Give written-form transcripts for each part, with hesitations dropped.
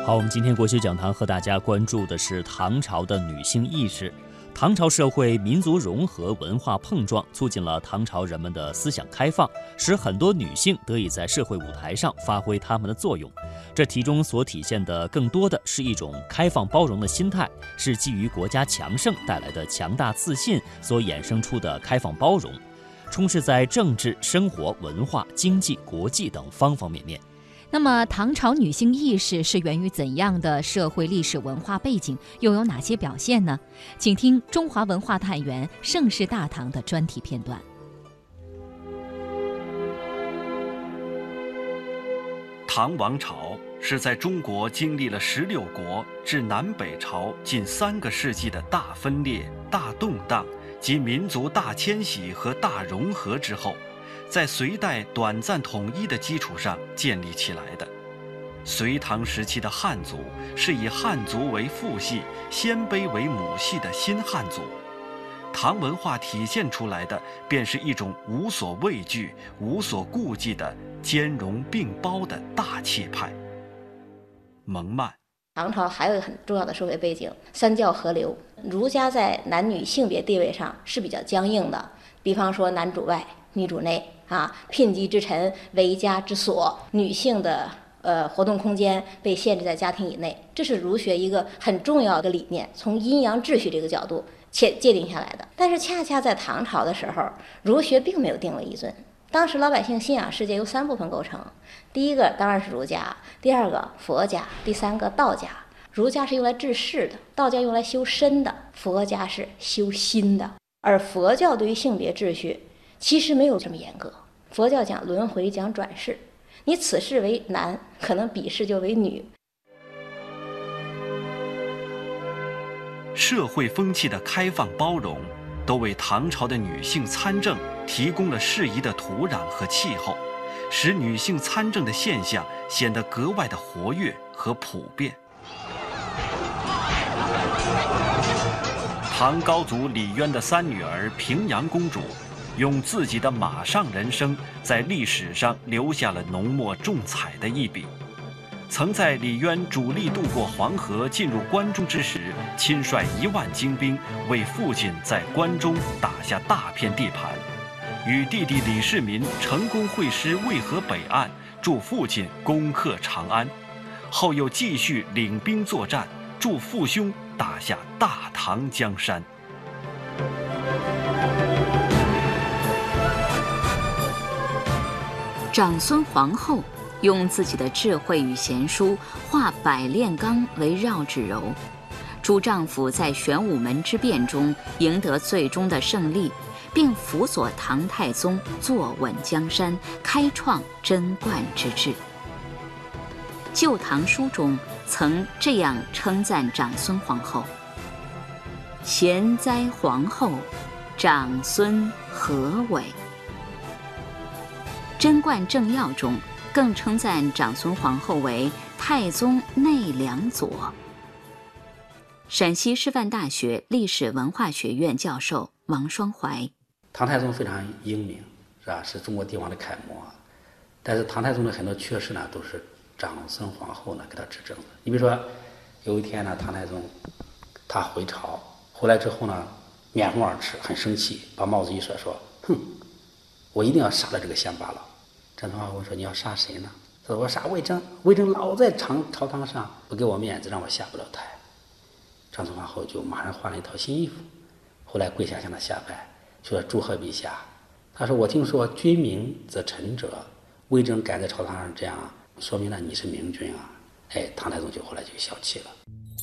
好，我们今天国学讲堂和大家关注的是唐朝的女性意识。唐朝社会民族融合、文化碰撞，促进了唐朝人们的思想开放，使很多女性得以在社会舞台上发挥她们的作用。这其中所体现的更多的是一种开放包容的心态，是基于国家强盛带来的强大自信所衍生出的开放包容，充斥在政治、生活、文化、经济、国际等方方面面。 那么唐朝女性意识是源于怎样的社会历史文化背景，又有哪些表现呢？请听中华文化探源盛世大唐的专题片段。 唐王朝是在中国经历了16国至南北朝近3个世纪的大分裂、大动荡及民族大迁徙和大融合之后，在隋代短暂统一的基础上建立起来的。隋唐时期的汉族是以汉族为父系、鲜卑为母系的新汉族。唐文化体现出来的便是一种无所畏惧、无所顾忌的兼容并包的大气派。蒙曼。 唐朝还有一个很重要的社会背景，三教合流。儒家在男女性别地位上是比较僵硬的，比方说男主外女主内聘姬之臣为家之所，女性的活动空间被限制在家庭以内，这是儒学一个很重要的理念，从阴阳秩序这个角度界定下来的。但是恰恰在唐朝的时候，儒学并没有定为一尊。当时老百姓信仰世界由3部分构成，第一个当然是儒家，第二个佛家，第三个道家。儒家是用来治世的，道家用来修身的，佛家是修心的。而佛教对于性别秩序其实没有这么严格，佛教讲轮回，讲转世，你此世为男，可能彼世就为女。 社会风气的开放包容，都为唐朝的女性参政提供了适宜的土壤和气候，使女性参政的现象显得格外的活跃和普遍。唐高祖李渊的3女儿平阳公主，用自己的马上人生，在历史上留下了浓墨重彩的一笔。曾在李渊主力渡过黄河进入关中之时，亲率1万精兵为父亲在关中打下大片地盘，与弟弟李世民成功会师渭河北岸，助父亲攻克长安，后又继续领兵作战，助父兄打下大唐江山。 长孙皇后用自己的智慧与贤淑，化百炼钢为绕指柔，助丈夫在玄武门之变中赢得最终的胜利，并辅佐唐太宗坐稳江山，开创贞观之治。《旧唐书》中曾这样称赞长孙皇后：贤哉皇后，长孙何伟。《贞观政要》中更称赞长孙皇后为太宗内良佐。陕西师范大学历史文化学院教授王双怀： 唐太宗非常英明，是吧？是中国帝王的楷模。但是唐太宗的很多缺失呢，都是长孙皇后呢给他指正的。你比如说，有一天呢，唐太宗他回朝，回来之后呢，面红耳赤，很生气，把帽子一甩，说：“哼，我一定要杀了这个乡巴佬。”长孙皇后说：“你要杀谁呢？”他说：“我杀魏征，魏征老在朝堂上不给我面子，让我下不了台。”长孙皇后就马上换了一套新衣服，后来跪下向他下拜，说：“祝贺陛下。”他说：“我听说君明则臣者，魏征敢在朝堂上这样，说明了你是明君啊。”唐太宗就后来就消气了。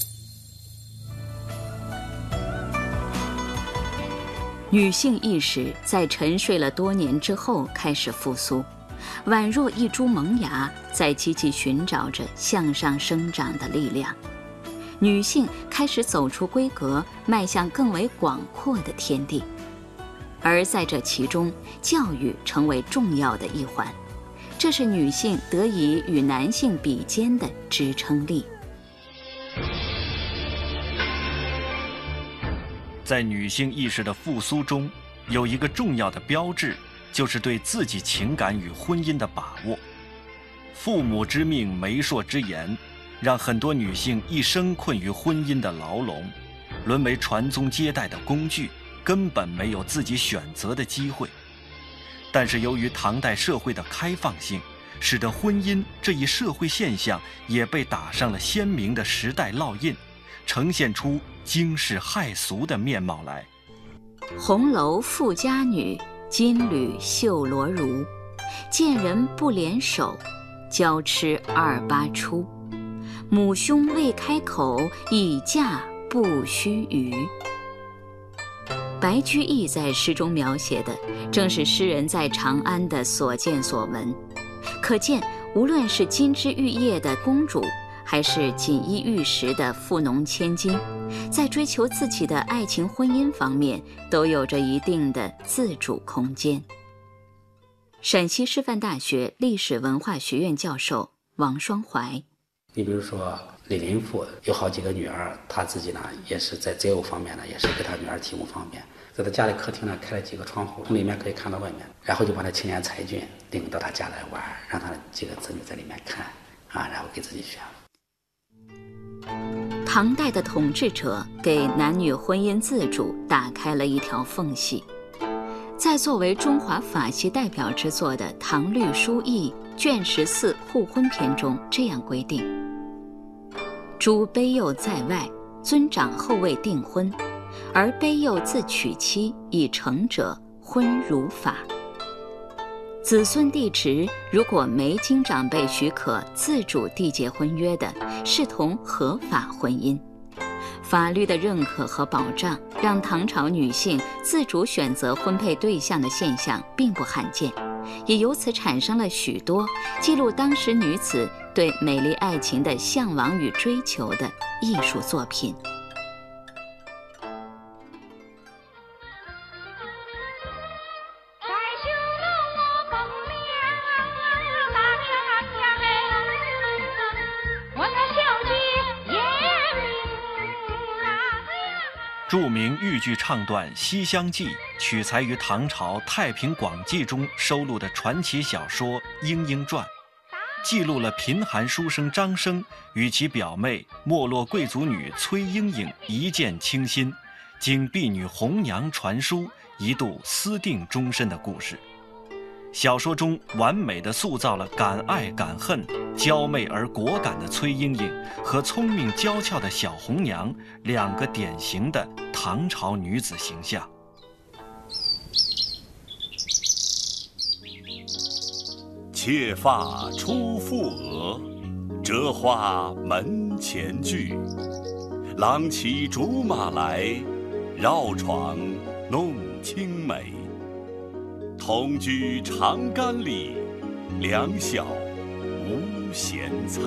女性意识在沉睡了多年之后开始复苏，宛若一株萌芽，在积极寻找着向上生长的力量。女性开始走出闺阁，迈向更为广阔的天地。而在这其中，教育成为重要的一环，这是女性得以与男性比肩的支撑力。 在女性意识的复苏中，有一个重要的标志，就是对自己情感与婚姻的把握。父母之命，媒妁之言， 让很多女性一生困于婚姻的牢笼，沦为传宗接代的工具，根本没有自己选择的机会。但是由于唐代社会的开放性，使得婚姻这一社会现象也被打上了鲜明的时代烙印，呈现出惊世骇俗的面貌来。 红楼富家女，金缕绣罗襦，见人不联手，娇痴二八出。母兄未开口，已嫁不须臾。白居易在诗中描写的正是诗人在长安的所见所闻，可见无论是金枝玉叶的公主，还是锦衣玉食的富农千金，在追求自己的爱情婚姻方面都有着一定的自主空间。陕西师范大学历史文化学院教授王双怀， 你比如说李林甫有好几个女儿，他自己呢也是在择偶方面呢，也是给他女儿提供方便，在他家里客厅呢开了几个窗户，从里面可以看到外面，然后就把他青年才俊领到他家来玩，让他几个子女在里面看然后给自己选。 唐代的统治者给男女婚姻自主打开了一条缝隙。在作为中华法系代表之作的《唐律疏议》卷14互婚篇中这样规定：诸卑幼在外，尊长后未订婚，而卑幼自娶妻已成者，婚如法。子孙弟侄如果没经长辈许可自主缔结婚约的，视同合法婚姻。法律的认可和保障，让唐朝女性自主选择婚配对象的现象并不罕见，也由此产生了许多记录当时女子对美丽爱情的向往与追求的艺术作品。 著名豫剧唱段《西厢记》取材于唐朝《太平广记》中收录的传奇小说《莺莺传》，记录了贫寒书生张生与其表妹没落贵族女崔莺莺一见倾心，经婢女红娘传书，一度私定终身的故事。小说中完美地塑造了敢爱敢恨、娇媚而果敢的崔莺莺和聪明娇俏的小红娘两个典型的唐朝女子形象。 妾发出覆额，折花门前剧。郎骑竹马来，绕床弄青梅。同居长干里，两小无嫌猜。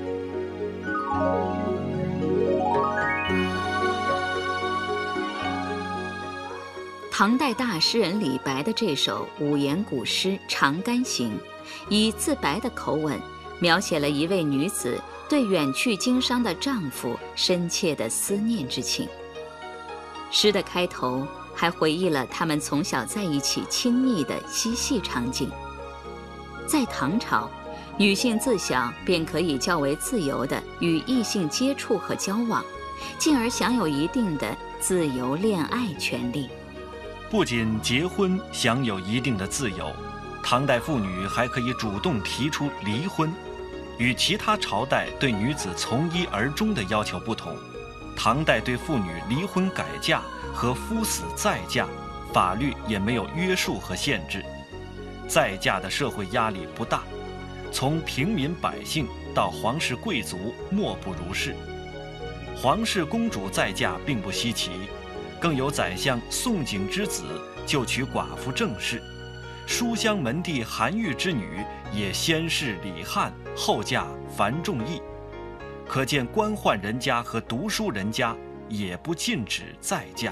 唐代大诗人李白的这首五言古诗《长干行》，以自白的口吻，描写了一位女子对远去经商的丈夫深切的思念之情。诗的开头还回忆了他们从小在一起亲密的嬉戏场景。在唐朝，女性自小便可以较为自由地与异性接触和交往，进而享有一定的自由恋爱权利。 不仅结婚享有一定的自由，唐代妇女还可以主动提出离婚。与其他朝代对女子从一而终的要求不同，唐代对妇女离婚改嫁和夫死再嫁，法律也没有约束和限制。再嫁的社会压力不大，从平民百姓到皇室贵族莫不如是。皇室公主再嫁并不稀奇，更有宰相宋璟之子就娶寡妇郑氏，书香门第韩愈之女也先侍李翰，后嫁樊仲义。可见官宦人家和读书人家也不禁止再嫁。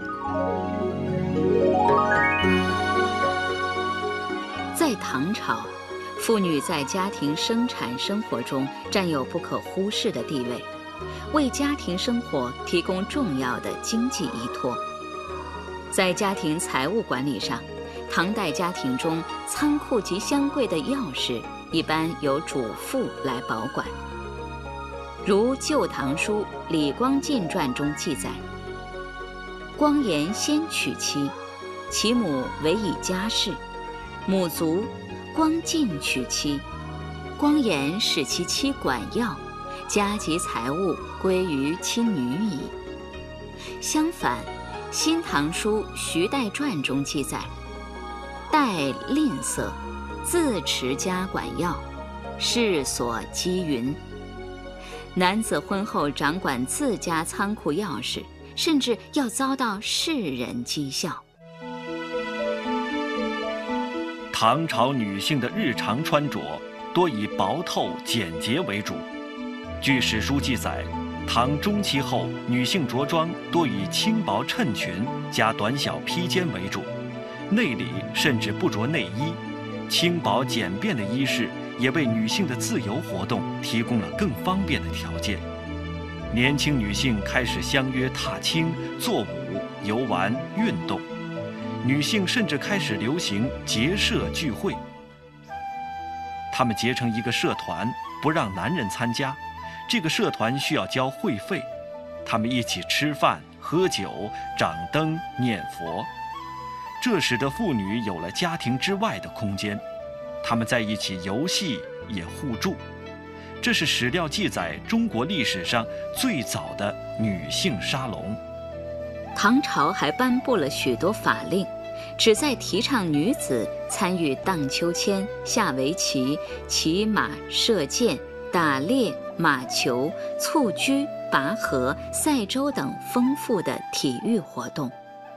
在唐朝，妇女在家庭生产生活中占有不可忽视的地位，为家庭生活提供重要的经济依托。在家庭财务管理上，唐代家庭中仓库及箱柜的钥匙一般由主妇来保管。 如《旧唐书·李光进传》中记载：光颜先娶妻，其母委以家事，母卒，光进娶妻，光颜使其妻管要，家及财物归于其女矣。相反，《新唐书·徐代传》中记载：代吝啬，自持家管要，世所积云。男子婚后掌管自家仓库钥匙，甚至要遭到世人讥笑。 唐朝女性的日常穿着多以薄透简洁为主。据史书记载，唐中期后，女性着装多以轻薄衬裙加短小披肩为主，内里甚至不着内衣。轻薄简便的衣饰也为女性的自由活动提供了更方便的条件。年轻女性开始相约踏青、作舞、游玩、运动。女性甚至开始流行结社聚会，她们结成一个社团，不让男人参加。这个社团需要交会费，她们一起吃饭、喝酒、掌灯、念佛。这使得妇女有了家庭之外的空间，她们在一起游戏，也互助。这是史料记载中国历史上最早的女性沙龙。 唐朝还颁布了许多法令，旨在提倡女子参与荡秋千、下围棋、骑马、射箭、打猎、马球、蹴鞠、拔河、赛舟等丰富的体育活动。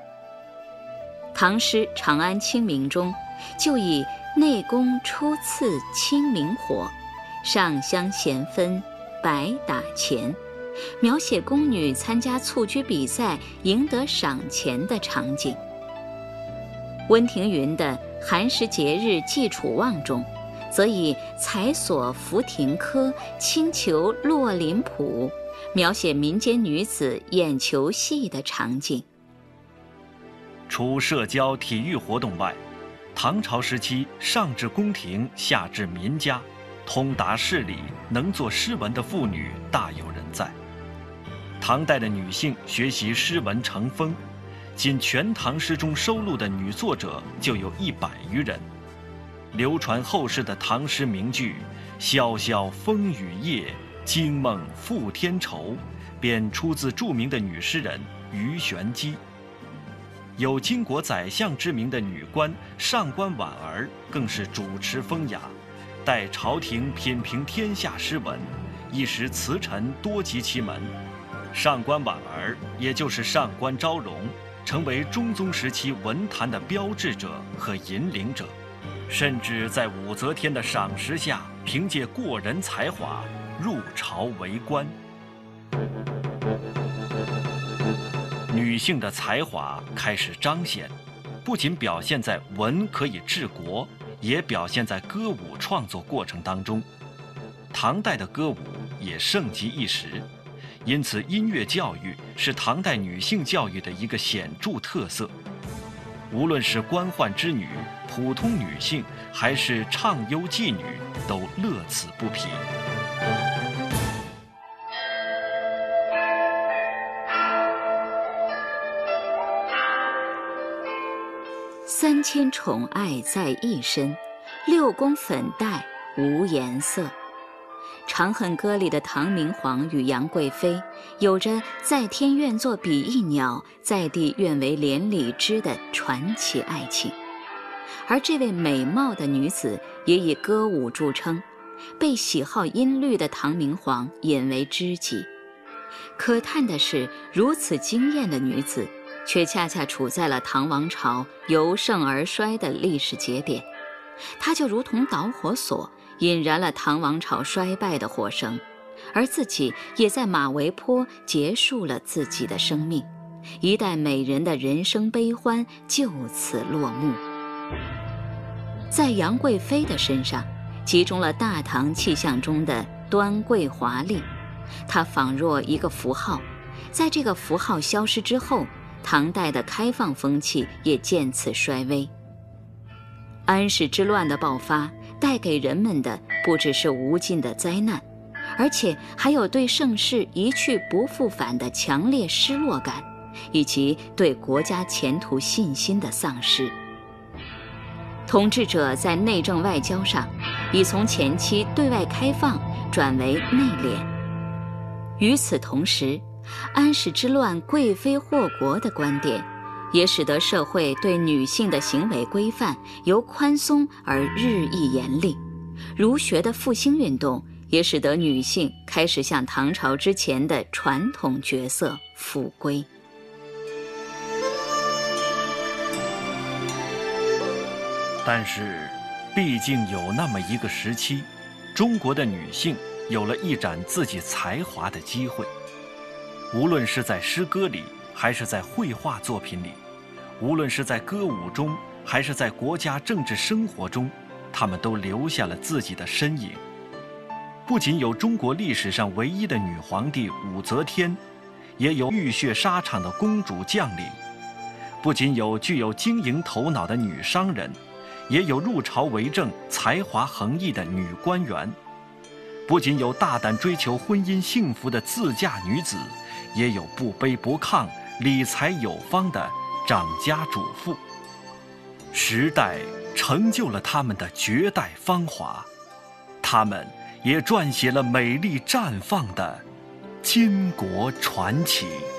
唐诗《长安清明》中就以内宫初次清明火，上香咸分，百打钱，描写宫女参加蹴鞠比赛赢得赏钱的场景。温庭筠的《寒食节日祭楚望》中则以采索浮亭柯，轻裘落林浦，描写民间女子演球戏的场景。 除社交体育活动外，唐朝时期上至宫廷，下至民家，通达事理、能作诗文的妇女大有人在。唐代的女性学习诗文成风，仅《全唐诗》中收录的女作者就有100余人。流传后世的唐诗名句“萧萧风雨夜，惊梦复添愁”便出自著名的女诗人鱼玄机。有巾帼宰相之名的女官上官婉儿更是主持风雅，代朝廷品评天下诗文，一时词臣多及其门。上官婉儿也就是上官昭容，成为中宗时期文坛的标志者和引领者，甚至在武则天的赏识下，凭借过人才华入朝为官。女性的才华开始彰显，不仅表现在文可以治国，也表现在歌舞创作过程当中。唐代的歌舞也盛极一时，因此音乐教育是唐代女性教育的一个显著特色。无论是官宦之女、普通女性，还是唱优妓女，都乐此不疲。 3000宠爱在一身，6宫粉黛无颜色。《长恨歌》里的唐明皇与杨贵妃有着在天愿作比翼鸟，在地愿为连理枝的传奇爱情。而这位美貌的女子也以歌舞著称，被喜好音律的唐明皇引为知己。可叹的是，如此惊艳的女子却恰恰处在了唐王朝由盛而衰的历史节点，她就如同导火索，引燃了唐王朝衰败的火绳，而自己也在马嵬坡结束了自己的生命，一代美人的人生悲欢就此落幕。在杨贵妃的身上，集中了大唐气象中的端贵华丽，她仿若一个符号，在这个符号消失之后，唐代的开放风气也渐次衰微。安史之乱的爆发带给人们的不只是无尽的灾难， 而且还有对盛世一去不复返的强烈失落感，以及对国家前途信心的丧失。统治者在内政外交上，已从前期对外开放转为内敛。与此同时，安史之乱贵妃祸国的观点，也使得社会对女性的行为规范由宽松而日益严厉。儒学的复兴运动也使得女性开始向唐朝之前的传统角色复归。 但是，毕竟有那么一个时期，中国的女性有了一展自己才华的机会。无论是在诗歌里，还是在绘画作品里，无论是在歌舞中，还是在国家政治生活中，她们都留下了自己的身影。不仅有中国历史上唯一的女皇帝武则天，也有浴血沙场的公主将领；不仅有具有经营头脑的女商人，也有入朝为政、才华横溢的女官员；不仅有大胆追求婚姻幸福的自嫁女子，也有不卑不亢、理财有方的长家主妇。时代成就了他们的绝代芳华，他们也撰写了美丽绽放的巾帼传奇。